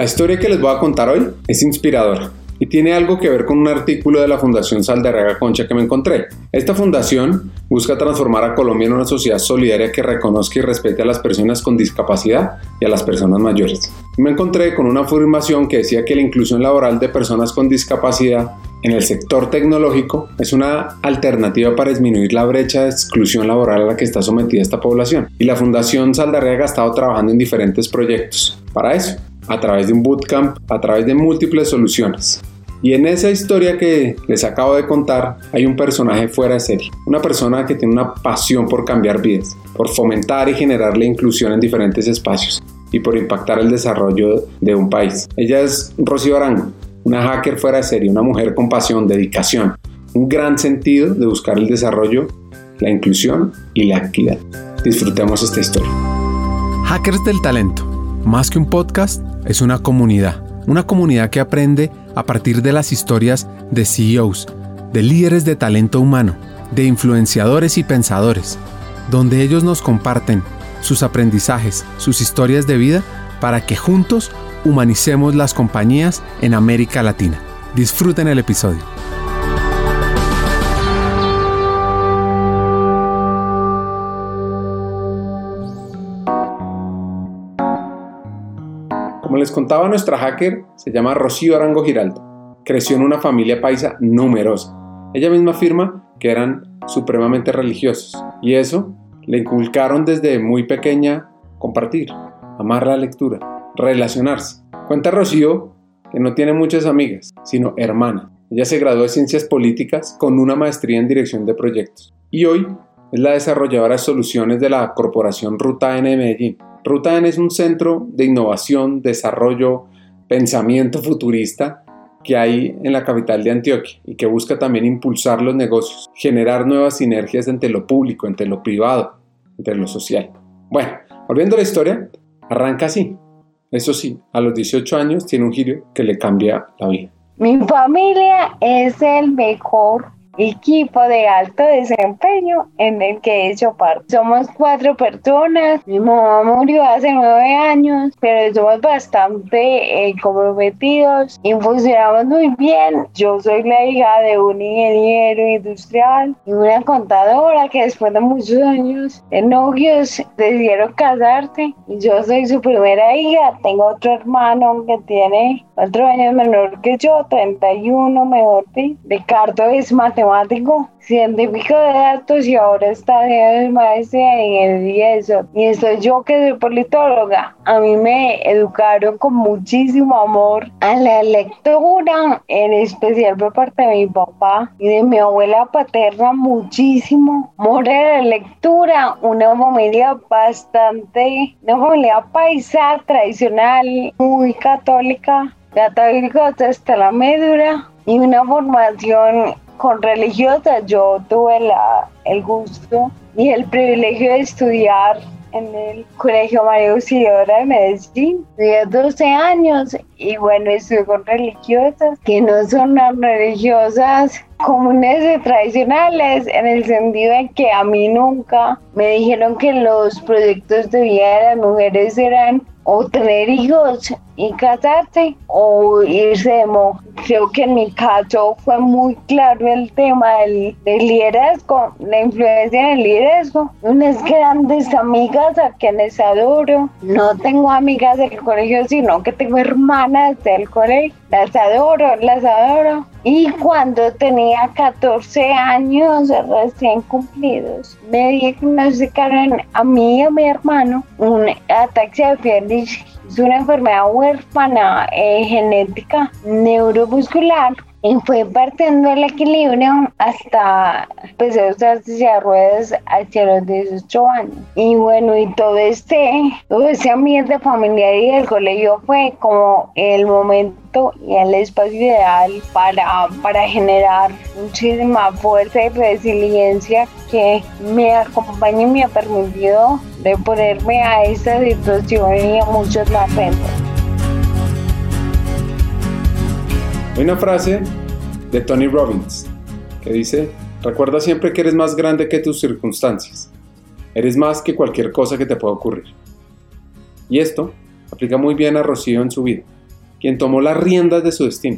La historia que les voy a contar hoy es inspiradora y tiene algo que ver con un artículo de la Fundación Saldarriaga Concha que me encontré. Esta fundación busca transformar a Colombia en una sociedad solidaria que reconozca y respete a las personas con discapacidad y a las personas mayores. Me encontré con una afirmación que decía que la inclusión laboral de personas con discapacidad en el sector tecnológico es una alternativa para disminuir la brecha de exclusión laboral a la que está sometida esta población. Y la Fundación Saldarriaga ha estado trabajando en diferentes proyectos para eso, a través de un bootcamp, a través de múltiples soluciones. Y en esa historia que les acabo de contar hay un personaje fuera de serie, una persona que tiene una pasión por cambiar vidas, por fomentar y generar la inclusión en diferentes espacios y por impactar el desarrollo de un país. Ella es Rocío Arango, una hacker fuera de serie, una mujer con pasión, dedicación, un gran sentido de buscar el desarrollo, la inclusión y la equidad. Disfrutemos esta historia. Hackers del Talento, más que un podcast, es una comunidad que aprende a partir de las historias de CEOs, de líderes de talento humano, de influenciadores y pensadores, donde ellos nos comparten sus aprendizajes, sus historias de vida para que juntos humanicemos las compañías en América Latina. Disfruten el episodio. Como les contaba, nuestra hacker se llama Rocío Arango Giraldo. Creció en una familia paisa numerosa. Ella misma afirma que eran supremamente religiosos y eso le inculcaron desde muy pequeña compartir, amar la lectura, relacionarse. Cuenta Rocío que no tiene muchas amigas, sino hermanas. Ella se graduó de Ciencias Políticas con una maestría en Dirección de Proyectos y hoy es la desarrolladora de soluciones de la corporación Ruta N de Medellín. Ruta N es un centro de innovación, desarrollo, pensamiento futurista que hay en la capital de Antioquia y que busca también impulsar los negocios, generar nuevas sinergias entre lo público, entre lo privado, entre lo social. Bueno, volviendo a la historia, arranca así. Eso sí, a los 18 años tiene un giro que le cambia la vida. Mi familia es el mejor equipo de alto desempeño en el que he hecho parte. Somos 4 personas. Mi mamá murió hace 9 años, pero somos bastante comprometidos y funcionamos muy bien. Yo soy la hija de un ingeniero industrial y una contadora que después de muchos años de novios decidieron casarse y yo soy su primera hija. Tengo otro hermano que tiene 4 años menor que yo, 31 mejor. Ricardo es matemático, científico de datos y ahora está haciendo maestría en eso. Y estoy yo que soy politóloga. A mí me educaron con muchísimo amor a la lectura, en especial por parte de mi papá y de mi abuela paterna, muchísimo amor a la lectura. Una familia paisa tradicional, muy católica hasta la médula y una formación con religiosa. Yo tuve el gusto y el privilegio de estudiar en el Colegio María Auxiliadora de Medellín. Estudié 12 años y bueno, estuve con religiosas que no son las religiosas comunes y tradicionales, en el sentido de que a mí nunca me dijeron que los proyectos de vida de las mujeres eran o tener hijos y casarse o irse de monja. Creo que en mi caso fue muy claro el tema del liderazgo, la influencia en el liderazgo. Unas grandes amigas a quienes adoro. No tengo amigas del colegio, sino que tengo hermanas del colegio. Las adoro. Y cuando tenía 14 años recién cumplidos, me diagnosticaron a mí y a mi hermano un ataque de fiebre. Es una enfermedad huérfana genética neuromuscular y fue partiendo el equilibrio hasta empecé a usar silla de ruedas hacia los 18 años. Y bueno, y todo ese ambiente familiar y del colegio fue como el momento y el espacio ideal para generar muchísima fuerza y resiliencia que me acompaña y me ha permitido de ponerme a esta situación y a muchos más frente. Hay una frase de Tony Robbins que dice: recuerda siempre que eres más grande que tus circunstancias. Eres más que cualquier cosa que te pueda ocurrir. Y esto aplica muy bien a Rocío en su vida. quien tomó las riendas de su destino,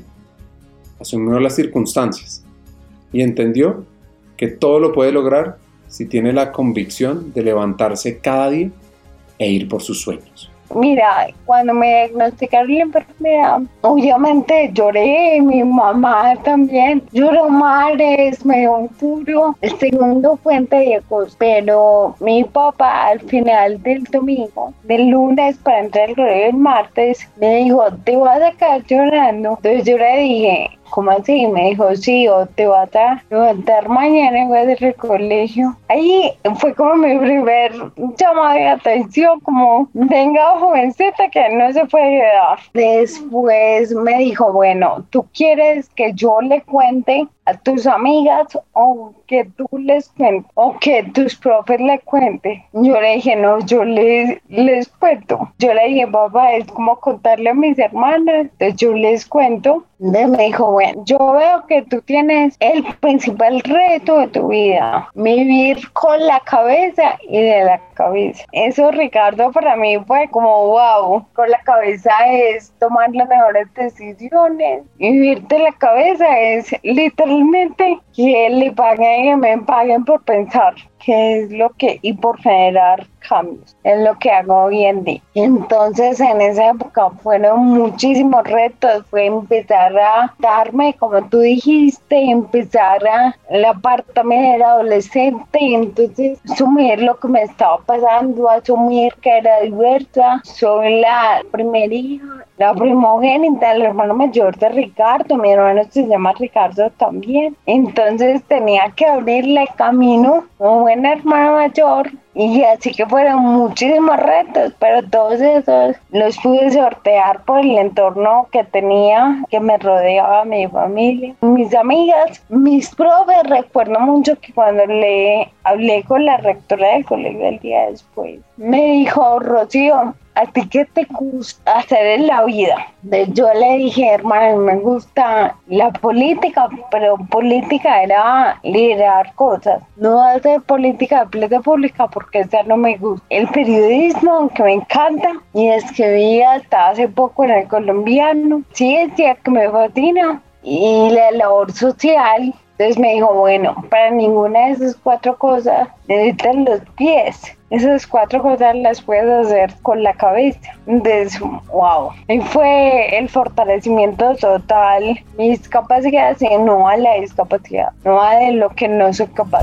asumió las circunstancias y entendió que todo lo puede lograr si tiene la convicción de levantarse cada día e ir por sus sueños. Mira, cuando me diagnosticaron la enfermedad, obviamente lloré, mi mamá también lloró mares, me dio un duro. El segundo fue en Diegos, pero mi papá al final del domingo, del lunes para entrar al colegio el martes, me dijo, te vas a quedar llorando. Entonces yo le dije, ¿cómo así? Me dijo, sí, o te vas a levantar mañana y vas a ir al colegio. Ahí fue como mi primer llamado de atención, como, venga jovencita que no se puede quedar. Después me dijo, bueno, ¿tú quieres que yo le cuente a tus amigas o que tú les cuentes o que tus profes le cuenten? Yo le dije, no, yo les cuento. Yo le dije, papá, es como contarle a mis hermanas, entonces yo les cuento. Entonces me dijo, bueno, yo veo que tú tienes el principal reto de tu vida, vivir con la cabeza y de la cabeza. Eso, Ricardo, para mí fue como wow, con la cabeza es tomar las mejores decisiones, vivir de la cabeza es literalmente que le paguen y me paguen por pensar, que es lo que, y por generar cambios, es lo que hago hoy en día. Entonces en esa época fueron muchísimos retos, fue empezar a darme, como tú dijiste, empezar a la parte también era adolescente, y entonces asumir lo que me estaba pasando, asumir que era diversa, soy la primera hija, la primogénita, el hermano mayor de Ricardo, mi hermano se llama Ricardo también, entonces tenía que abrirle camino a un buen hermano mayor. Y así que fueron muchísimos retos, pero todos esos los pude sortear por el entorno que tenía, que me rodeaba, mi familia, mis amigas, mis profes. Recuerdo mucho que cuando le hablé con la rectora del colegio el día después, me dijo, Rocío, ¿a ti qué te gusta hacer en la vida? Yo le dije, hermano, me gusta la política, pero política era liderar cosas, no hacer política de plata pública porque esa no me gusta. El periodismo, que me encanta, y escribí hasta hace poco en El Colombiano, ciencia, que me fascina, y la labor social. Entonces me dijo, bueno, para ninguna de esas cuatro cosas necesitas los pies. Esas cuatro cosas las puedes hacer con la cabeza. Entonces, wow. Y fue el fortalecimiento total, mis capacidades y no a la discapacidad, no a de lo que no soy capaz.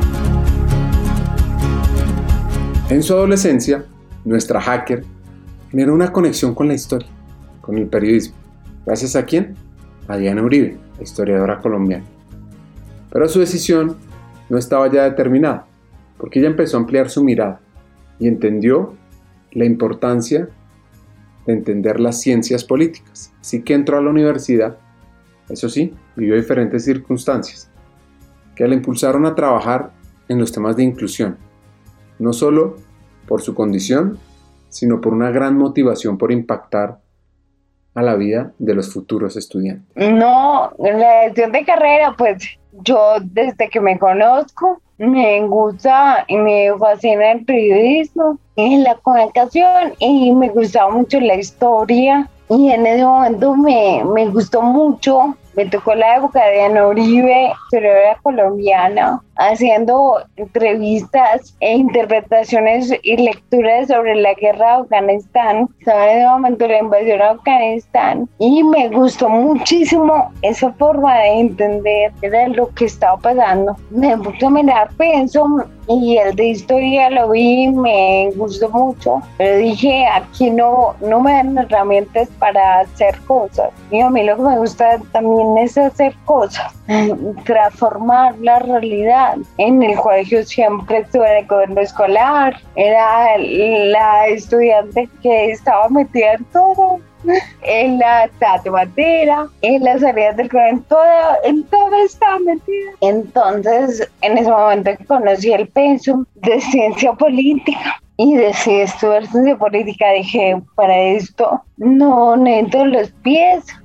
En su adolescencia, nuestra hacker generó una conexión con la historia, con el periodismo. ¿Gracias a quién? A Diana Uribe, la historiadora colombiana. Pero su decisión no estaba ya determinada, porque ella empezó a ampliar su mirada y entendió la importancia de entender las ciencias políticas. Así que entró a la universidad, eso sí, vivió diferentes circunstancias que la impulsaron a trabajar en los temas de inclusión, no solo por su condición, sino por una gran motivación por impactar a la vida de los futuros estudiantes. No, en la decisión de carrera, pues yo desde que me conozco me gusta y me fascina el periodismo y la comunicación y me gustaba mucho la historia y en ese momento me gustó mucho. Me tocó la época de Diana Uribe, historiadora colombiana, haciendo entrevistas e interpretaciones y lecturas sobre la guerra de Afganistán. Estaba en ese momento la invasión a Afganistán y me gustó muchísimo esa forma de entender de lo que estaba pasando. Me puse a mirar, pienso, y el de historia lo vi, me gustó mucho, pero dije, aquí no me dan herramientas para hacer cosas. Y a mí lo que me gusta también es hacer cosas, transformar la realidad. En el colegio siempre estuve en el gobierno escolar, era la estudiante que estaba metida en todo, en la tatematera, en las áreas del colegio, en todo estaba metida. Entonces, en ese momento conocí el pensum de ciencia política y decidí estudiar ciencia política. Dije, para esto no necesito los pies,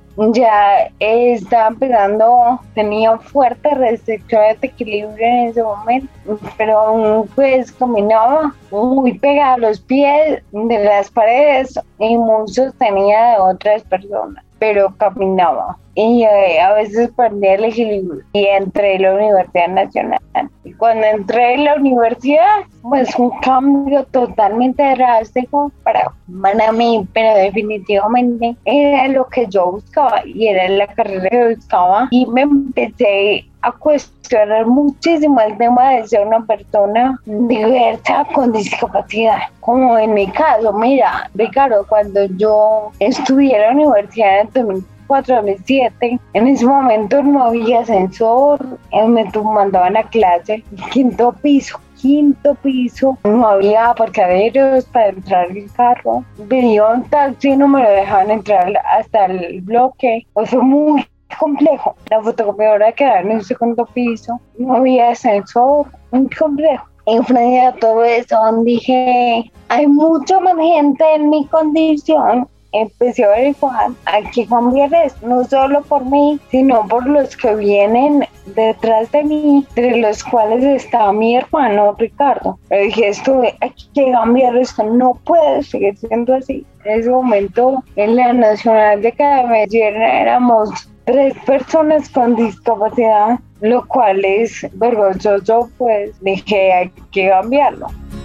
ya estaba empezando, tenía fuertes restricciones de equilibrio en ese momento, pero aún pues caminaba muy pegada a los pies de las paredes y muy sostenida de otras personas, pero caminaba. Y a veces perdía el equilibrio y entré a la Universidad Nacional. Y cuando entré en la universidad, pues un cambio totalmente drástico para mí, pero definitivamente era lo que yo buscaba y era la carrera que buscaba. Y me empecé a cuestionar muchísimo el tema de ser una persona diversa con discapacidad. Como en mi caso, mira, Ricardo, cuando yo estudié en la universidad en 2007, en ese momento no había ascensor, me mandaban a clase, quinto piso, no había aparcaderos para entrar el carro, venía un taxi y no me lo dejaban entrar hasta el bloque, o sea, muy complejo. La fotocopiadora quedaba en el segundo piso, no había ascensor, muy complejo. Y frente a todo eso dije, hay mucha más gente en mi condición. Empecé a averiguar, hay que cambiar esto, no solo por mí, sino por los que vienen detrás de mí, entre los cuales está mi hermano Ricardo. Pero dije, hay que cambiar esto, no puede seguir siendo así. En ese momento, en la Nacional de Medellín éramos 3 personas con discapacidad, lo cual es vergonzoso, pues dije, hay que cambiarlo.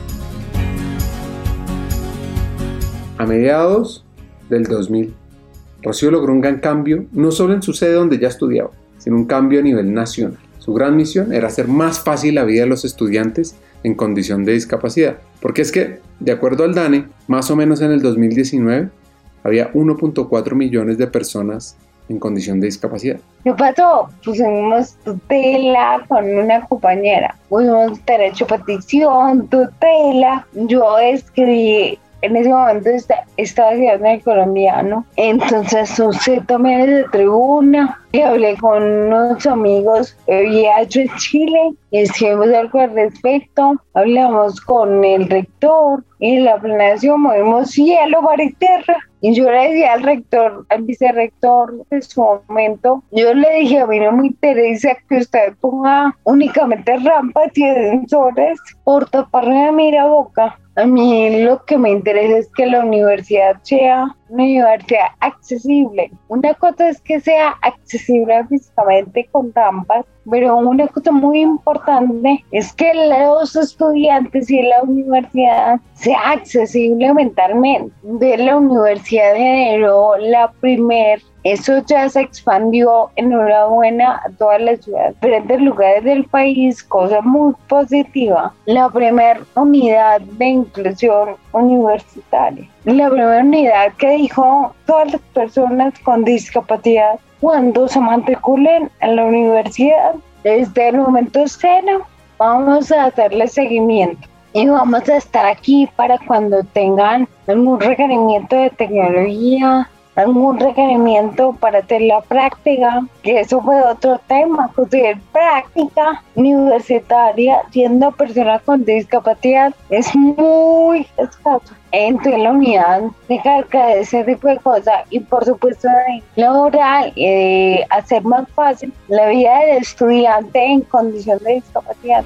A mediados del 2000, Rocío logró un gran cambio, no solo en su sede donde ya estudiaba, sino un cambio a nivel nacional. Su gran misión era hacer más fácil la vida de los estudiantes en condición de discapacidad. Porque es que, de acuerdo al DANE, más o menos en el 2019, había 1.4 millones de personas en condición de discapacidad. ¿Qué pasó? Pusimos tutela con una compañera, pusimos derecho a petición, tutela, yo escribí. En ese momento estaba estudiando el colombiano, entonces usé también de tribuna y hablé con unos amigos que había hecho en Chile y escribimos algo al respecto, hablamos con el rector y en la planeación movimos cielo, mar y tierra. Y yo le decía al rector, al vicerrector de su momento, yo le dije, a mí no me interesa que usted ponga únicamente rampas y ascensores por taparme a mí la boca. A mí lo que me interesa es que la universidad sea una universidad accesible. Una cosa es que sea accesible físicamente con rampas, pero una cosa muy importante es que los estudiantes y la universidad sea accesible mentalmente. De la universidad generó eso ya se expandió enhorabuena a todas las ciudades, diferentes lugares del país, cosa muy positiva. La primera unidad de inclusión universitaria, la primera unidad que dijo todas las personas con discapacidad cuando se matriculen en la universidad, desde el momento cero, vamos a hacerle seguimiento. Y vamos a estar aquí para cuando tengan algún requerimiento de tecnología, algún requerimiento para hacer la práctica, que eso fue otro tema, conseguir práctica universitaria siendo persona con discapacidad es muy escaso. Entre la unidad de carga de ese tipo de cosas y por supuesto lograr hacer más fácil la vida del estudiante en condición de discapacidad.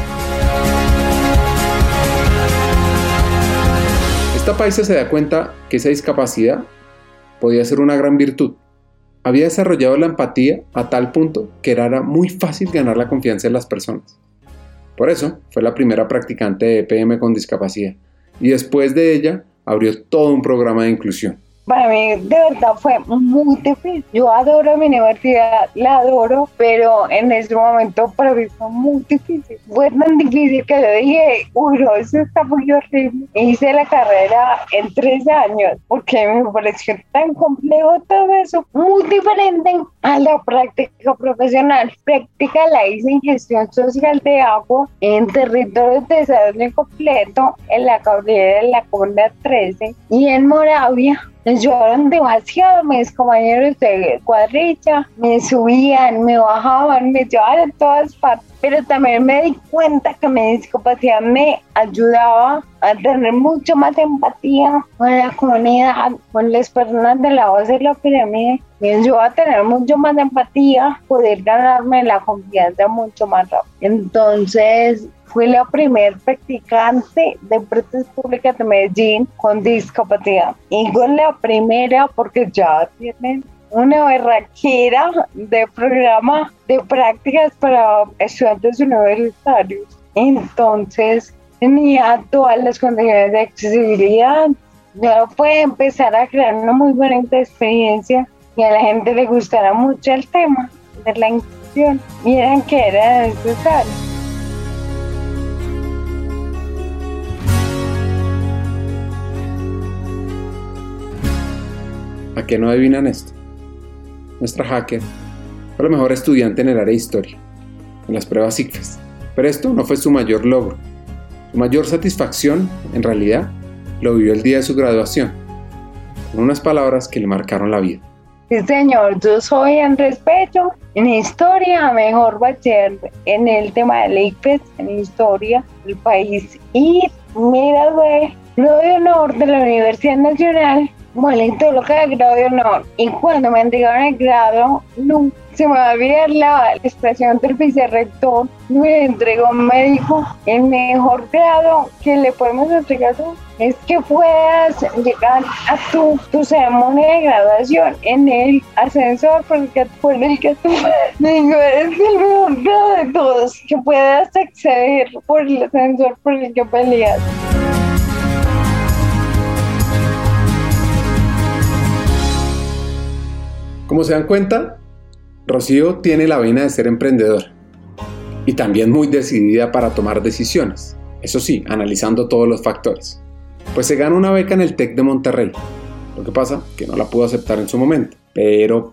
Esta paisa se da cuenta que esa discapacidad podía ser una gran virtud. Había desarrollado la empatía a tal punto que era muy fácil ganar la confianza de las personas. Por eso fue la primera practicante de EPM con discapacidad y después de ella abrió todo un programa de inclusión. Para mí de verdad fue muy difícil. Yo adoro mi universidad, la adoro, pero en ese momento para mí fue muy difícil. Fue tan difícil que yo dije, uy, no, eso está muy horrible. Hice la carrera en 3 años porque me pareció tan complejo todo eso, muy diferente a la práctica profesional. Práctica la hice en gestión social de agua en territorios de desarrollo completo en la Cabrera de la Comuna 13 y en Moravia. Me ayudaron demasiado mis compañeros de cuadrilla, me subían, me bajaban, me llevaban a todas partes, pero también me di cuenta que mi discapacidad me ayudaba a tener mucho más empatía con la comunidad, con las personas de la base de la pirámide me ayudó a tener mucho más empatía, poder ganarme la confianza mucho más rápido. Entonces, fui la primer practicante de prácticas públicas de Medellín con discapacidad. Y con la primera porque ya tienen una berraquera de programa de prácticas para estudiantes universitarios. Entonces, tenía todas las condiciones de accesibilidad. Ya puede empezar a crear una muy buena experiencia y a la gente le gustará mucho el tema de la inclusión. Vieran que era necesario. ¿A qué no adivinan esto? Nuestra hacker fue la mejor estudiante en el área de historia, en las pruebas ICFES. Pero esto no fue su mayor logro. Su mayor satisfacción, en realidad, lo vivió el día de su graduación, con unas palabras que le marcaron la vida. Sí, señor, yo soy Andrés Bello, en historia, mejor bachiller en el tema del ICFES, en historia del país. Y me gradué, grado de honor de la Universidad Nacional, politóloga de grado de honor. Y cuando me entregaron el grado, nunca se me va a olvidar la expresión del vicerrector. Me entregó, me dijo, el mejor grado que le podemos entregar es que puedas llegar a tu ceremonia de graduación en el ascensor por el que tú me digo, es el mejor grado de todos, que puedas acceder por el ascensor por el que peleas. Como se dan cuenta, Rocío tiene la vena de ser emprendedora y también muy decidida para tomar decisiones, eso sí, analizando todos los factores. Pues se gana una beca en el TEC de Monterrey. Lo que pasa que no la pudo aceptar en su momento. Pero,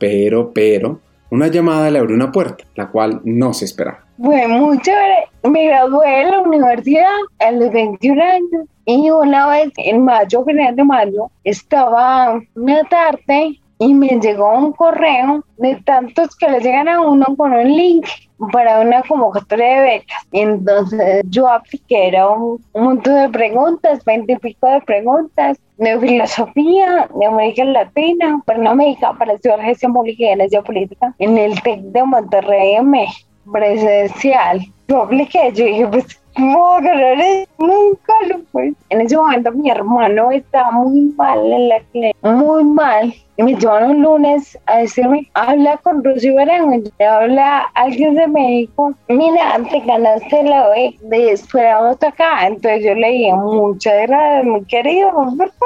una llamada le abrió una puerta, la cual no se esperaba. Fue muy chévere. Me gradué de la universidad a los 21 años y una vez en mayo, final de mayo, estaba una tarde y me llegó un correo de tantos que le llegan a uno con un link para una convocatoria de becas. Entonces yo apliqué, era un montón de preguntas, 20 y pico de preguntas, de filosofía, de América Latina, América para estudiar gestión pública y gerencia política en el TEC de Monterrey en México, presencial. Yo apliqué, yo dije, pues, ¿cómo voy a ganar eso? Nunca lo fue. En ese momento mi hermano estaba muy mal en la clínica, muy mal. Y me llamaron un lunes a decirme, habla con Rocío Arango, habla alguien de México, mira, te ganaste la beca, esperamos acá. Entonces yo le dije, muchas gracias, muy querido, por favor,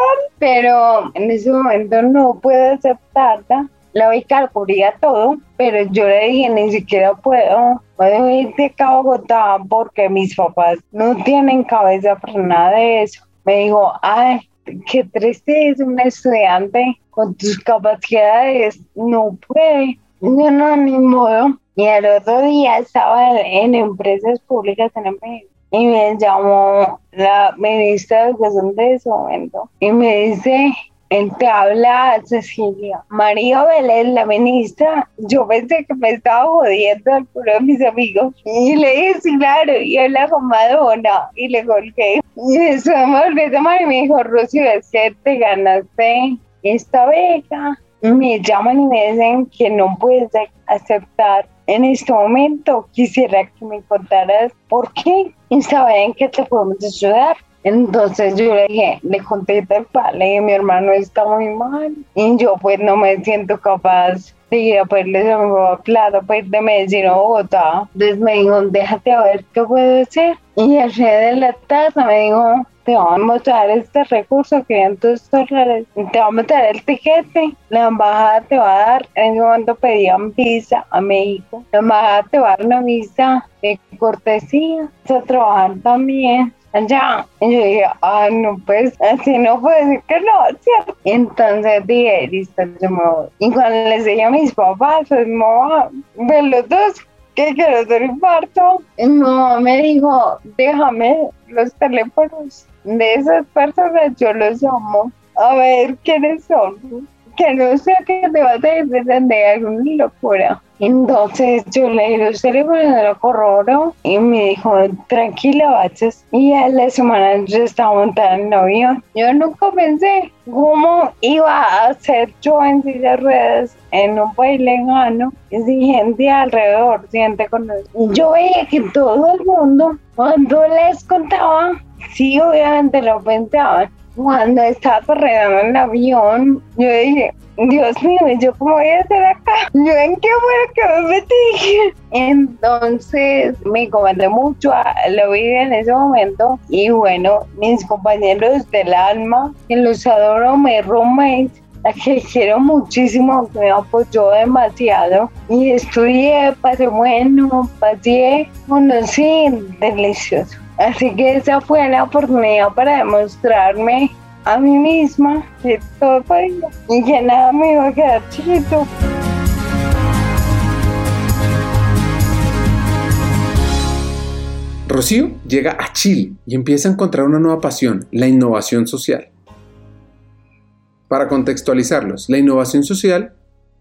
pero en ese momento no puedo aceptarla. La beca cubría todo, pero yo le dije, ni siquiera puedo ir de acá a Bogotá porque mis papás no tienen cabeza para nada de eso. Me dijo, ay, qué triste es un estudiante con tus capacidades, no puede. Yo no, ni modo. Y el otro día estaba en empresas públicas en México y me llamó la ministra de Educación de ese momento y me dice, te habla Cecilia María Vélez, la ministra. Yo pensé que me estaba jodiendo alguno de mis amigos y le dije, sí, claro, y habla con Madonna y le colgué. Y eso me volvió a llamar y me dijo, Rocío, es que te ganaste esta beca. Me llaman y me dicen que no puedes aceptar en este momento. Quisiera que me contaras por qué y saber en qué te podemos ayudar. Entonces yo le dije, le conté tal cual, le dije, mi hermano está muy mal y yo pues no me siento capaz de ir a pedirles a mi papá plata para ir de Medellín a Bogotá. Entonces me dijo, déjate a ver qué puedo hacer. Y al final de la tarde me dijo, te vamos a dar este recurso, $500, te vamos a dar el tiquete, la embajada te va a dar, en ese momento pedían visa a México, la embajada te va a dar una visa de cortesía, vas a trabajar también allá. Y yo dije, ay, no, pues así no puedo decir que no, ¿cierto? Entonces dije, listo, yo me voy. Y cuando les dije a mis papás, pues mamá, de los dos que quiero hacer infarto, y mi mamá me dijo, déjame los teléfonos de esas personas, yo los llamo a ver quiénes son, que no sé qué te vas a defender de alguna locura. Entonces yo le dije, ¿usted le pone lo corroboro? Y me dijo, tranquila, vayas. Y a la semana yo estaba montada en el avión. Yo nunca pensé cómo iba a ser yo en silla de ruedas en un país lejano y sin gente alrededor, gente conocida. Yo veía que todo el mundo, cuando les contaba, sí, obviamente lo pensaban. Cuando estaba corriendo en el avión, yo dije, Dios mío, ¿yo cómo voy a hacer acá? ¿Yo en qué fue que me metí? Entonces me comenté mucho, lo vi en ese momento. Y bueno, mis compañeros del alma, que los adoro, mis roommates, a que quiero muchísimo, que me apoyó demasiado. Y estudié, pasé bueno, conocí, delicioso. Así que esa fue la oportunidad para demostrarme a mí misma que todo podía y que nada me iba a quedar chiquito. Rocío llega a Chile y empieza a encontrar una nueva pasión, la innovación social. Para contextualizarlos, la innovación social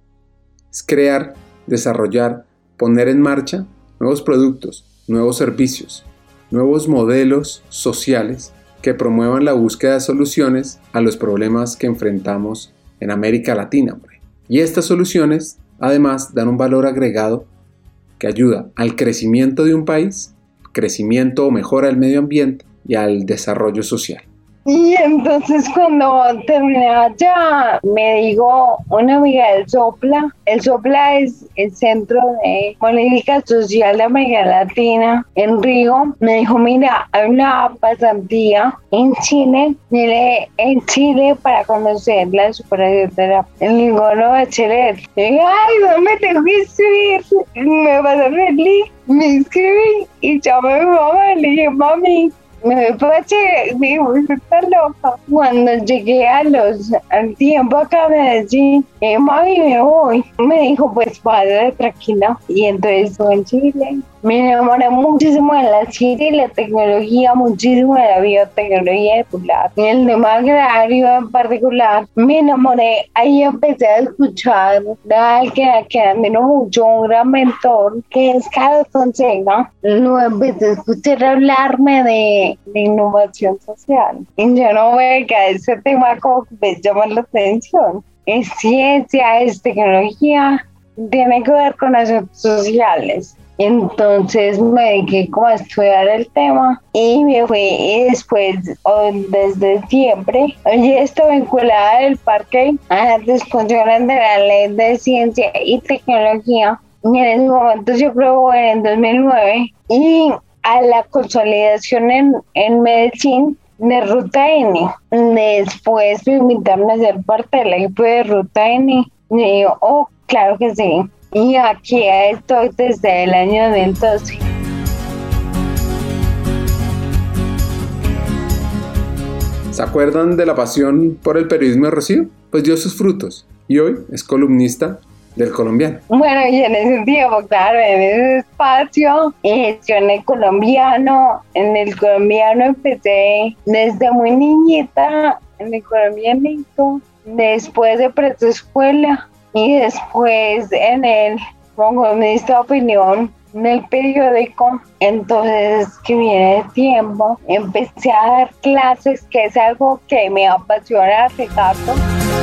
es crear, desarrollar, poner en marcha nuevos productos, nuevos servicios, nuevos modelos sociales que promuevan la búsqueda de soluciones a los problemas que enfrentamos en América Latina. Y estas soluciones, además, dan un valor agregado que ayuda al crecimiento de un país, crecimiento o mejora del medio ambiente y al desarrollo social. Y entonces cuando terminé allá, me dijo una amiga del Sopla. El Sopla es el Centro de Política Social de América Latina en Río. Me dijo, mira, hay una pasantía en Chile. Dile en Chile para conocer la superación de la el bachiller. Y dije, ay, no me tengo que inscribir. Me pasó el link, me inscribí y llamé a mi mamá y le dije, mami, me parece, me dijo, está loca. Cuando llegué al tiempo acá a Medellín, mami, me voy. Me dijo, pues vaya tranquila. Y entonces estuve en Chile. Me enamoré muchísimo de la ciencia y la tecnología, muchísimo de la biotecnología popular. Y el tema agrario en particular, me enamoré. Ahí empecé a escuchar a alguien que admiro mucho, un gran mentor, que es Carlos Fonseca. Luego empecé a escuchar hablarme de innovación social. Y yo no veo que ese tema como que me llama la atención. Es ciencia, es tecnología, tiene que ver con asuntos sociales. Entonces me dediqué como a estudiar el tema y me fui, y después, desde siempre, estoy vinculada al parque a las discusiones de la ley de ciencia y tecnología. Y en ese momento yo creo en 2009 y a la consolidación en Medellín de Ruta N. Después me invitaron a ser parte del equipo de Ruta N. Y yo, oh, claro que sí. Y aquí estoy desde el año 2012. ¿Se acuerdan de la pasión por el periodismo de Rocío? Pues dio sus frutos y hoy es columnista del Colombiano. Bueno, y en ese tiempo, claro, en ese espacio, en el Colombiano. En el Colombiano empecé desde muy niñita, en el Colombianito, después de preescuela y después en el columnista de opinión del periódico. Entonces, que viene el tiempo, empecé a dar clases, que es algo que me apasiona, Ricardo.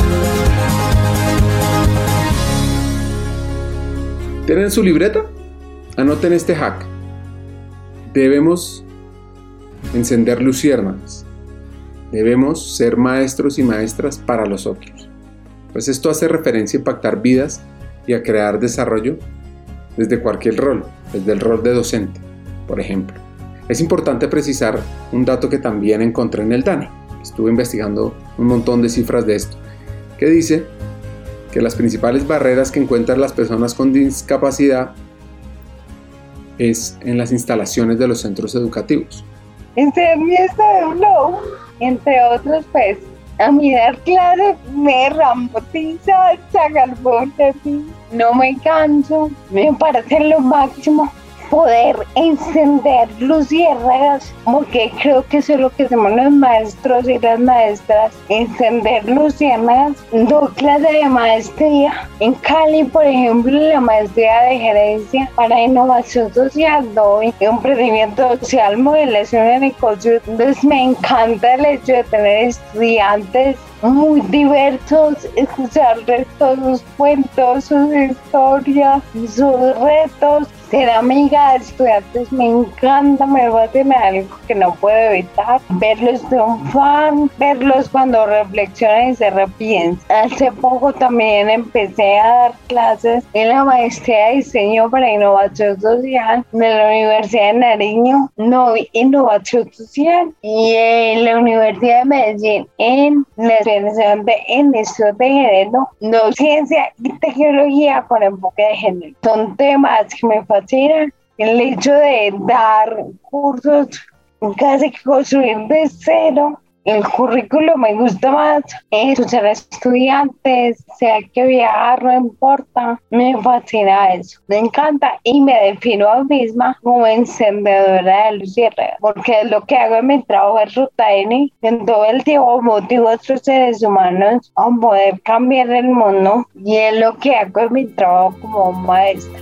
¿Tienen su libreta? Anoten este hack. Debemos encender luciérnagas. Debemos ser maestros y maestras para los otros. Pues esto hace referencia a impactar vidas y a crear desarrollo desde cualquier rol, desde el rol de docente, por ejemplo. Es importante precisar un dato que también encontré en el DANE. Estuve investigando un montón de cifras de esto, que dice que las principales barreras que encuentran las personas con discapacidad es en las instalaciones de los centros educativos. Ese mi blog, entre otros, pues, a mí dar clase me rambotiza, sacar por de mí, no me canso, me parece lo máximo. poder encender luciérnagas, porque creo que eso es lo que hacemos los maestros y las maestras, encender luciérnagas. Doy clase de maestría en Cali, por ejemplo, la maestría de gerencia para innovación social, doy emprendimiento social, modelación de negocios. Entonces me encanta el hecho de tener estudiantes muy diversos, escucharles todos sus cuentos, sus historias, sus retos. Ser amiga de estudiantes me encanta, me fascina, algo que no puedo evitar. Verlos triunfar, verlos cuando reflexionan y se repiensan. Hace poco también empecé a dar clases en la maestría de diseño para innovación social de la Universidad de Nariño, innovación social, y en la Universidad de Medellín en la especialización en estudios de género, ciencia y tecnología con enfoque de género. Son temas que me fascinan. El hecho de dar cursos, casi que construir de cero el currículo me gusta más. Escuchar a estudiantes, sea que viajar, no importa, me fascina eso, me encanta y me defino a mí misma como encendedora de luciérnagas, porque es lo que hago en mi trabajo en Ruta N. En todo el tiempo motivo a otros seres humanos a poder cambiar el mundo, y es lo que hago en mi trabajo como maestra.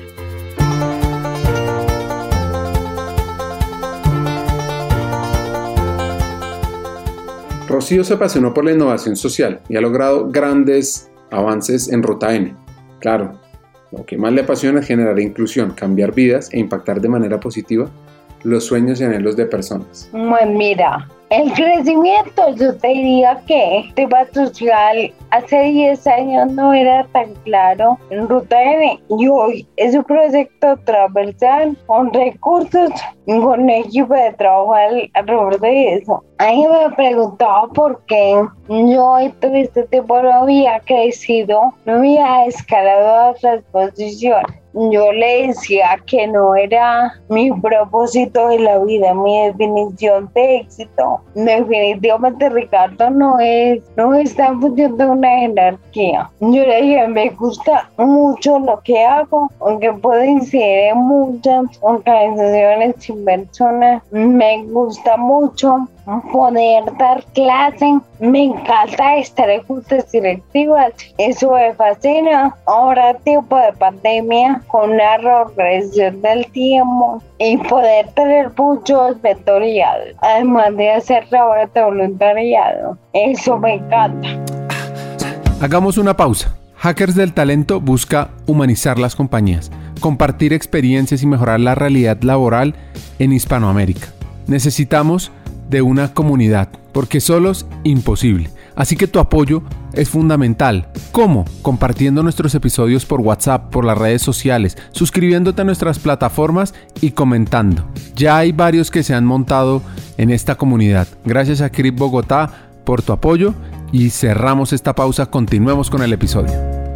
Rocío se apasionó por la innovación social y ha logrado grandes avances en Ruta N. Claro, lo que más le apasiona es generar inclusión, cambiar vidas e impactar de manera positiva los sueños y anhelos de personas. Pues mira, el crecimiento, yo te diría que el tema social hace 10 años no era tan claro en Ruta N, y hoy es un proyecto transversal con recursos y con un equipo de trabajo alrededor de eso. Ahí me preguntaba por qué yo en todo este tiempo no había crecido, no había escalado a otras posiciones. Yo le decía que no era mi propósito de la vida, mi definición de éxito. Definitivamente, Ricardo, no está en función de una jerarquía. Yo le dije, me gusta mucho lo que hago, aunque puedo incidir en muchas organizaciones y personas. Me gusta mucho poder dar clase, me encanta estar en juntas directivas, eso me fascina. Ahora, tiempo de pandemia, con una reorganización del tiempo y poder tener muchos mentorías, además de hacer labores de voluntariado, eso me encanta. Hagamos una pausa. Hackers del Talento busca humanizar las compañías, compartir experiencias y mejorar la realidad laboral en Hispanoamérica. Necesitamos de una comunidad, porque solos imposible. Así que tu apoyo es fundamental. ¿Cómo? Compartiendo nuestros episodios por WhatsApp, por las redes sociales, suscribiéndote a nuestras plataformas y comentando. Ya hay varios que se han montado en esta comunidad. Gracias a CRIP Bogotá por tu apoyo, y cerramos esta pausa. Continuemos con el episodio.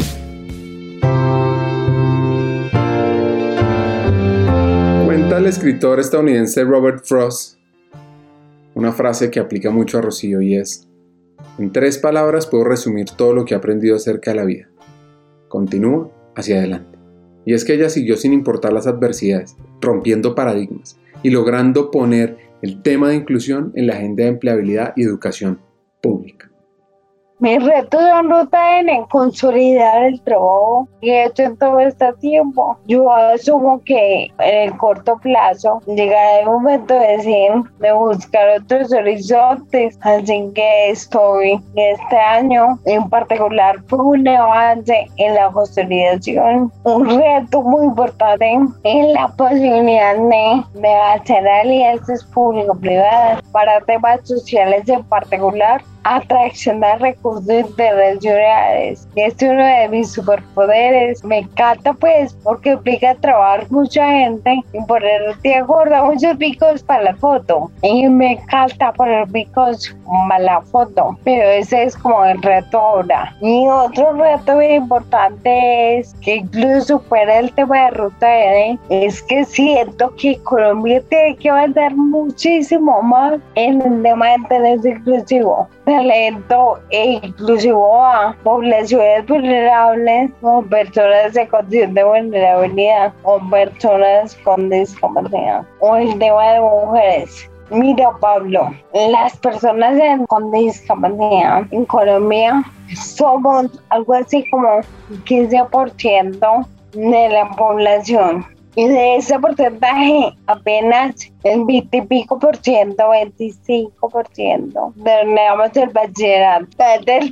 Cuenta el escritor estadounidense Robert Frost una frase que aplica mucho a Rocío, y es: en 3 palabras puedo resumir todo lo que he aprendido acerca de la vida. Continúa hacia adelante. Y es que ella siguió sin importar las adversidades, rompiendo paradigmas y logrando poner el tema de inclusión en la agenda de empleabilidad y educación pública. Mis retos en Ruta N, consolidar el trabajo que he hecho en todo este tiempo. Yo asumo que en el corto plazo llegará el momento de buscar otros horizontes, así que este año en particular fue un avance en la consolidación, un reto muy importante en la posibilidad de hacer alianzas público-privadas para temas sociales, en particular atracción de recursos internacionales. Este es uno de mis superpoderes. Me encanta, pues, porque implica trabajar mucha gente y poner de acuerdo a muchos picos para la foto. Y me encanta poner picos para la foto, pero ese es como el reto ahora. Y otro reto muy importante es que incluso fuera el tema de Ruta N, es que siento que Colombia tiene que avanzar muchísimo más en el tema de tenis inclusivo. talento e inclusivo a poblaciones vulnerables o personas en condición de vulnerabilidad o personas con discapacidad o el tema de mujeres. Mira, Pablo, las personas con discapacidad en Colombia somos algo así como 15% de la población. Y de ese porcentaje, apenas el 20 y pico por ciento, 25%, terminamos el bachillerato. Del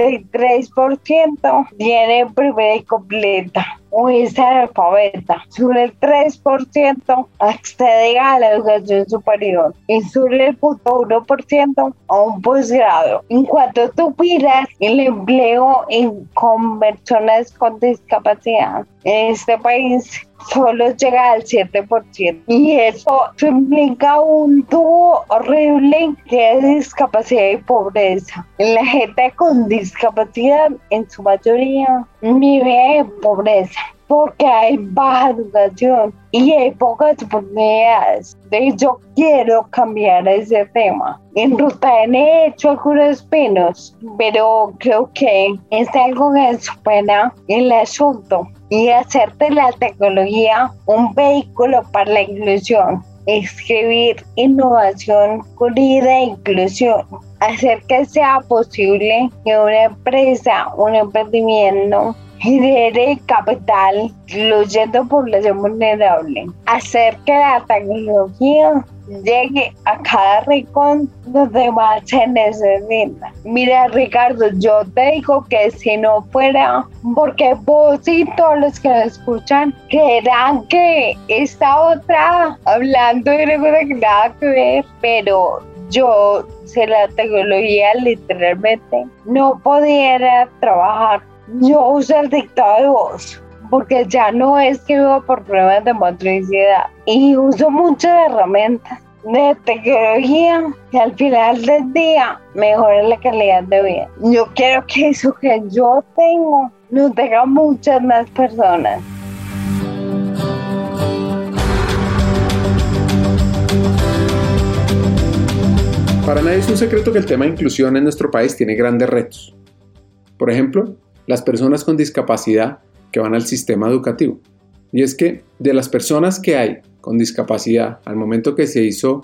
33% tiene primera y completa o es analfabeta. Sobre el 3% accede a la educación superior y sobre el 1% a un posgrado. En cuanto tú miras el empleo con personas con discapacidad en este país, solo llega al 7%. Y eso implica un tubo horrible que es discapacidad y pobreza. La gente con discapacidad, en su mayoría, vive en pobreza porque hay baja educación y hay pocas oportunidades. Yo quiero cambiar ese tema. En Ruta N he hecho algunos pinos, pero creo que es algo que supera el asunto y hacer de la tecnología un vehículo para la inclusión. Escribir innovación con idea de inclusión, hacer que sea posible que una empresa, un emprendimiento genere capital incluyendo población vulnerable, hacer que la tecnología llegue a cada rincón donde más se necesita. Mira, Ricardo, yo te digo que si no fuera porque vos y todos los que nos escuchan creerán que esta otra hablando de nada que ver, pero yo si la tecnología literalmente no pudiera trabajar. Yo uso el dictado de voz porque ya no escribo por pruebas de motricidad y uso muchas herramientas de tecnología que al final del día mejoran la calidad de vida. Yo quiero que eso que yo tengo lo tengan muchas más personas. Para nadie es un secreto que el tema de inclusión en nuestro país tiene grandes retos. Por ejemplo, las personas con discapacidad que van al sistema educativo. Y es que de las personas que hay con discapacidad al momento que se hizo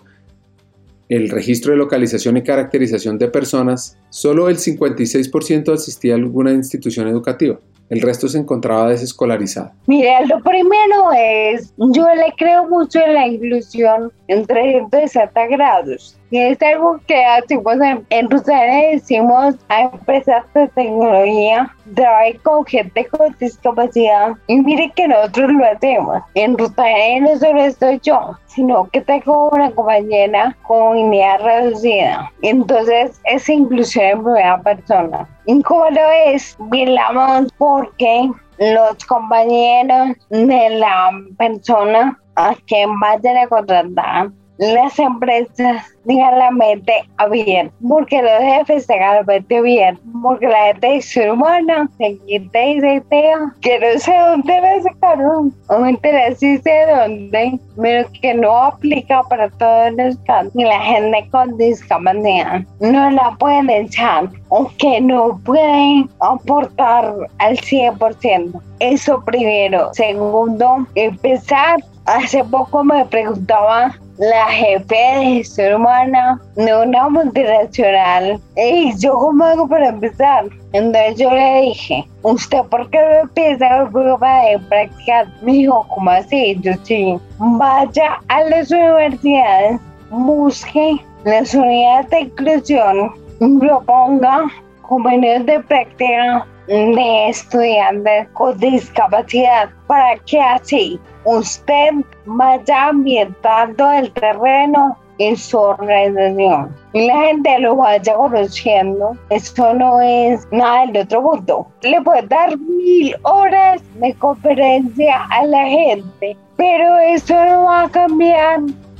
el registro de localización y caracterización de personas, solo el 56% asistía a alguna institución educativa. El resto se encontraba desescolarizado. Mira, lo primero es, yo le creo mucho en la inclusión en 360 grados. Y es algo que hacemos en Ruta N, decimos a empresas de tecnología, trabajen con gente con discapacidad. Y mire que nosotros lo hacemos. En Ruta N no solo estoy yo, sino que tengo una compañera con movilidad reducida. Entonces es inclusión en primera persona. ¿Y cómo lo es? Miramos porque los compañeros de la persona a quien vayan a contratar, las empresas tengan la mente abierta, porque los jefes tengan la mente abierta, porque la gente es humana, se quita y se pega, que no sé dónde la sacaron, o me enteré sí sé dónde, pero que no aplica para todos los casos, y la gente con discapacidad no la pueden echar, o que no pueden aportar al 100%. Eso primero. Segundo, empezar. Hace poco me preguntaba la jefe de gestión humana de una multinacional, ¿yo cómo hago para empezar? Entonces yo le dije, ¿usted por qué no empieza el programa de prácticas? Me dijo, ¿cómo así? Yo sí, vaya a las universidades, busque las unidades de inclusión, proponga convenios de práctica de estudiantes con discapacidad para que así usted vaya ambientando el terreno en su organización y la gente lo vaya conociendo. Eso no es nada del otro mundo. Le puede dar 1000 horas de conferencia a la gente, pero eso no va a cambiar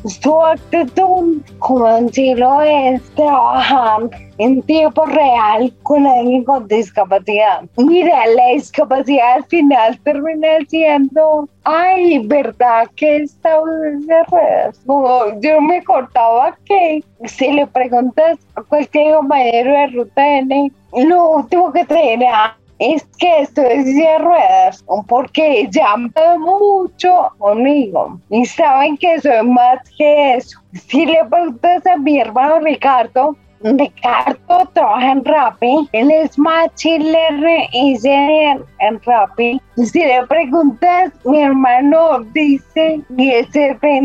Su actitud como si lo es trabajar en tiempo real con alguien con discapacidad. Mira, la discapacidad al final termina siendo, ay, ¿verdad que está de ruedas? Como yo me contaba que si le preguntas a cualquier compañero de Ruta N, lo último que te dirá es que estoy en silla de ruedas, porque ya han hablado mucho conmigo y saben que soy más que eso. Si le preguntas a mi hermano Ricardo trabaja en Rappi, él es Machine y Senior en Rappi. Si le preguntas, mi hermano dice que el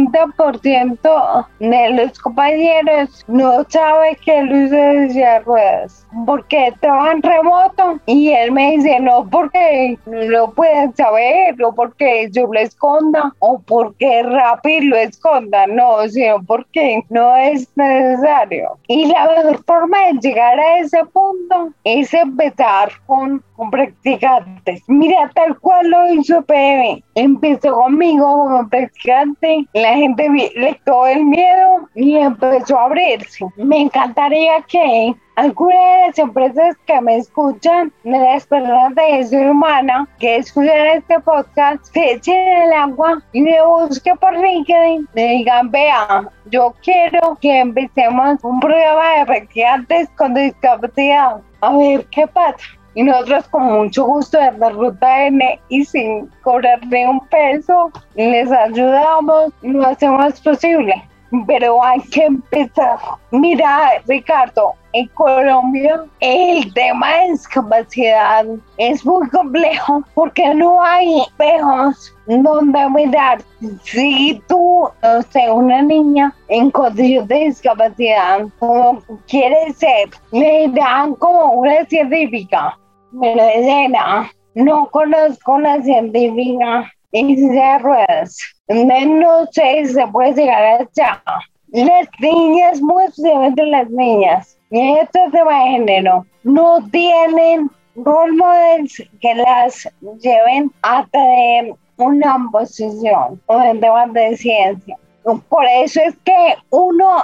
70% de los compañeros no sabe que él usa silla de ruedas porque trabajan remoto, y él me dice no porque no pueden saber o porque yo lo esconda o porque Rappi lo esconda, no, sino porque no es necesario. Y la mejor forma de llegar a ese punto es empezar con practicantes. Mira, tal cual lo hizo PM. Empezó conmigo como practicante, la gente le quitó el miedo y empezó a abrirse. Me encantaría que algunas de las empresas que me escuchan, de las personas de Soy Humana que escuchan este podcast, se echen el agua y me busquen por LinkedIn, me digan, vea, yo quiero que empecemos un programa de practicantes con discapacidad. A ver qué pasa. Y nosotros con mucho gusto desde Ruta N y sin cobrarle un peso, les ayudamos y lo hacemos posible. Pero hay que empezar. Mira, Ricardo, en Colombia el tema de discapacidad es muy complejo porque no hay espejos donde mirar. Si tú, no sé, una niña en condición de discapacidad, como quiere ser, le dan como una científica. Pero Elena, no conozco una científica en silla de ruedas. No sé si se puede llegar allá. Las niñas, muy especialmente las niñas, y este tema de género, no tienen role models que las lleven a tener una posición o en temas de ciencia. Por eso es que uno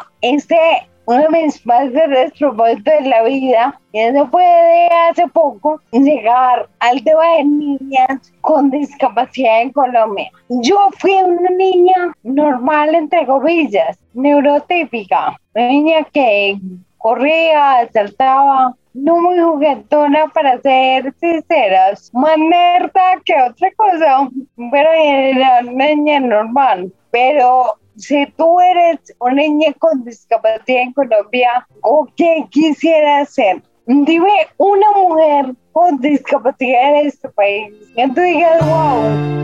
de mis más grandes propósitos de la vida, y eso fue de hace poco, llegar al tema de niñas con discapacidad en Colombia. Yo fui una niña normal, entre comillas, neurotípica, una niña que corría, saltaba, no muy juguetona para ser sinceras, más nerda que otra cosa, pero era una niña normal. Pero si tú eres una niña con discapacidad en Colombia, ¿o qué quisieras ser? Dime una mujer con discapacidad en este país. Que tú digas, wow.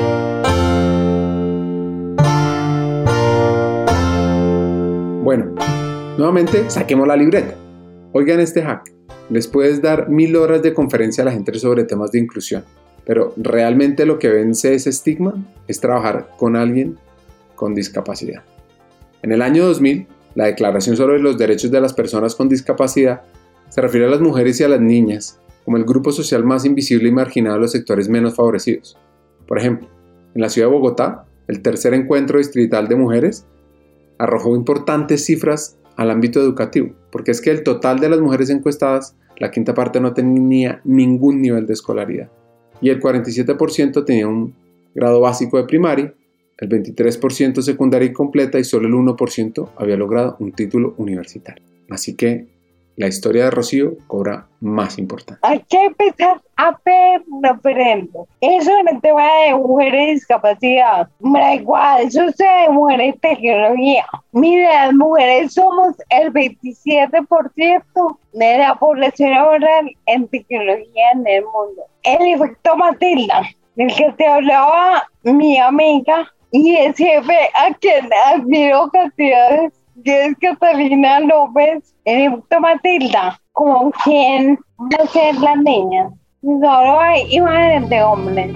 Bueno, nuevamente saquemos la libreta. Oigan este hack. Les puedes dar 1000 horas de conferencia a la gente sobre temas de inclusión, pero realmente lo que vence ese estigma es trabajar con alguien con discapacidad. En el año 2000, la Declaración sobre los Derechos de las Personas con Discapacidad se refiere a las mujeres y a las niñas como el grupo social más invisible y marginado de los sectores menos favorecidos. Por ejemplo, en la ciudad de Bogotá, el tercer encuentro distrital de mujeres arrojó importantes cifras al ámbito educativo, porque es que el total de las mujeres encuestadas, la quinta parte no tenía ningún nivel de escolaridad, y el 47% tenía un grado básico de primaria, el 23% secundaria incompleta y solo el 1% había logrado un título universitario. Así que la historia de Rocío cobra más importancia. Hay que empezar a ver referentes. Eso en el tema de mujeres de discapacidad. Me da igual, eso sea de mujeres de tecnología. Mira, las mujeres somos el 27% de la población laboral en tecnología en el mundo. El efecto Matilda, del que te hablaba mi amiga y el jefe a quien admiro cantidades, que es Catalina López, el efecto Matilda, con quien no sé las niñas. Solo hay imágenes de hombres.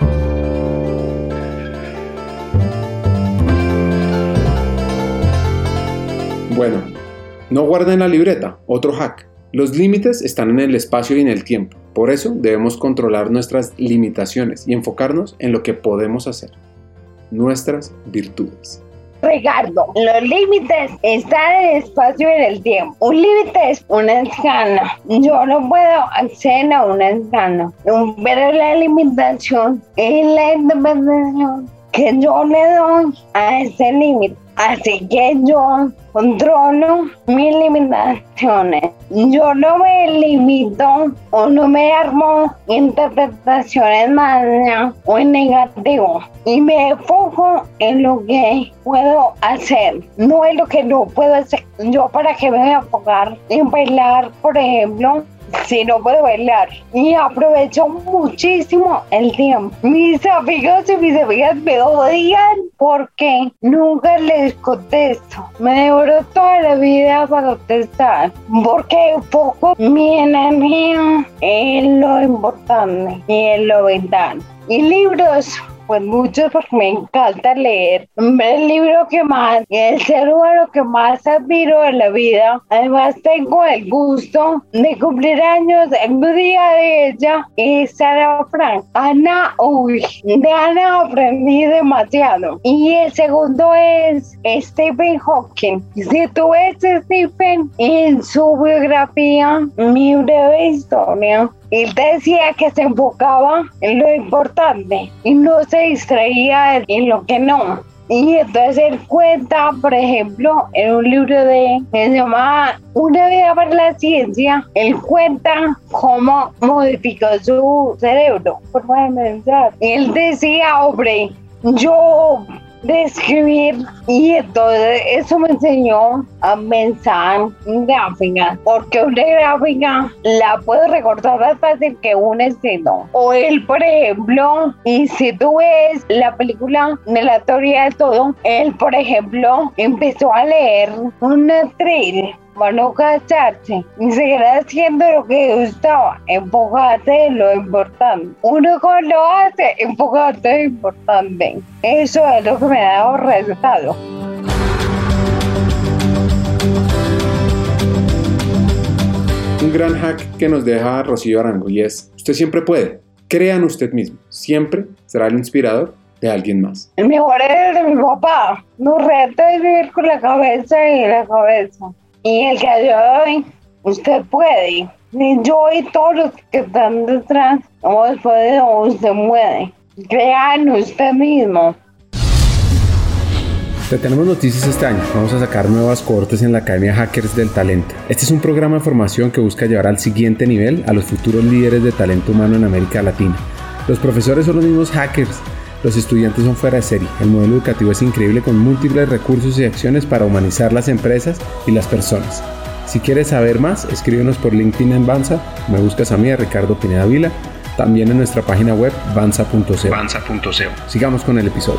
Bueno, no guarden la libreta, otro hack. Los límites están en el espacio y en el tiempo. Por eso debemos controlar nuestras limitaciones y enfocarnos en lo que podemos hacer, nuestras virtudes. Ricardo, los límites están en el espacio y en el tiempo. Un límite es una escala. Yo no puedo acceder a una escala. Pero la limitación es la interpretación que yo le doy a ese límite. Así que yo controlo mis limitaciones. Yo no me limito o no me armo interpretaciones malas o en negativo. Y me enfoco en lo que puedo hacer, no en lo que no puedo hacer. Yo para qué me voy a enfocar en bailar, por ejemplo, si no puedo bailar. Y aprovecho muchísimo el tiempo. Mis amigos y mis amigas me odian porque nunca les contesto. Me demoro toda la vida para contestar porque enfoco mi energía en lo importante y en lo vital. Y libros, pues muchos, porque me encanta leer. El libro que más, el ser humano que más admiro en la vida. Además tengo el gusto de cumplir años en un día de ella, es Ana Frank. De Ana aprendí demasiado. Y el segundo es Stephen Hawking. Si tú ves Stephen en su biografía, Mi breve historia, él decía que se enfocaba en lo importante y no se distraía en lo que no. Y entonces él cuenta, por ejemplo, en un libro que se llama Una vida para la ciencia, él cuenta cómo modificó su cerebro, forma de pensar. Él decía, hombre, yo de escribir, y entonces eso me enseñó a pensar en gráficas, porque una gráfica la puedo recordar más fácil que un escrito. O él, por ejemplo, y si tú ves la película de La teoría de todo, él, por ejemplo, empezó a leer una thriller para no cansarse y seguir haciendo lo que gustaba, enfocarse en lo importante. Uno cuando lo hace, enfocarse en lo importante. Eso es lo que me ha dado resultado. Un gran hack que nos deja Rocío Arango y es: usted siempre puede. Crea en usted mismo. Siempre será el inspirador de alguien más. El mejor es el de mi papá. Los retos es vivir con la cabeza y la cabeza. Y el que yo doy, usted puede. Y yo y todos los que están detrás, hemos podido, usted puede. Crea en usted mismo. Te tenemos noticias este año. Vamos a sacar nuevas cohortes en la Academia Hackers del Talento. Este es un programa de formación que busca llevar al siguiente nivel a los futuros líderes de talento humano en América Latina. Los profesores son los mismos hackers. Los estudiantes son fuera de serie. El modelo educativo es increíble con múltiples recursos y acciones para humanizar las empresas y las personas. Si quieres saber más, escríbenos por LinkedIn en Banza, me buscas a mí, a Ricardo Pineda Vila, también en nuestra página web banza.co. Sigamos con el episodio.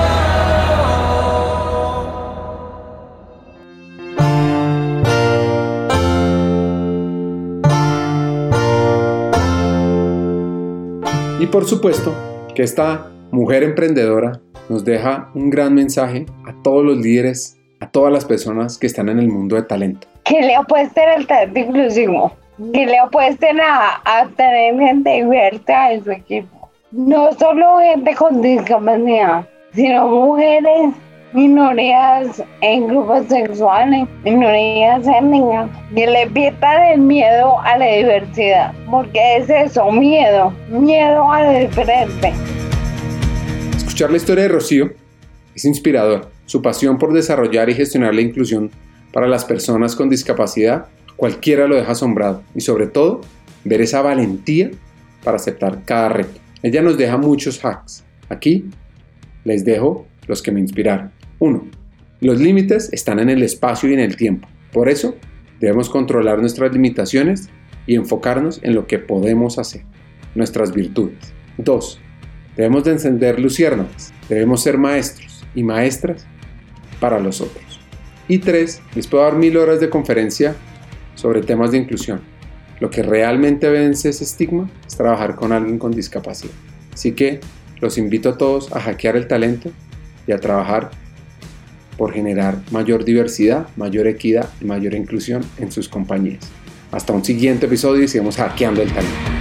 Y por supuesto que esta mujer emprendedora nos deja un gran mensaje a todos los líderes, a todas las personas que están en el mundo de talento. Que le apuesten al talento inclusivo, que le apuesten a tener gente diversa en su equipo. No solo gente con discapacidad, sino mujeres, minorías en grupos sexuales, minorías étnicas, que le pierdan el miedo a la diversidad, porque es eso, miedo a lo diferente. Escuchar la historia de Rocío es inspirador. Su pasión por desarrollar y gestionar la inclusión para las personas con discapacidad, cualquiera lo deja asombrado. Y sobre todo, ver esa valentía para aceptar cada reto. Ella nos deja muchos hacks. Aquí les dejo los que me inspiraron. 1. Los límites están en el espacio y en el tiempo. Por eso, debemos controlar nuestras limitaciones y enfocarnos en lo que podemos hacer, nuestras virtudes. 2. Debemos de encender luciérnagas, debemos ser maestros y maestras para los otros. Y 3, les puedo dar 1000 horas de conferencia sobre temas de inclusión. Lo que realmente vence ese estigma es trabajar con alguien con discapacidad. Así que los invito a todos a hackear el talento y a trabajar por generar mayor diversidad, mayor equidad y mayor inclusión en sus compañías. Hasta un siguiente episodio y sigamos hackeando el talento.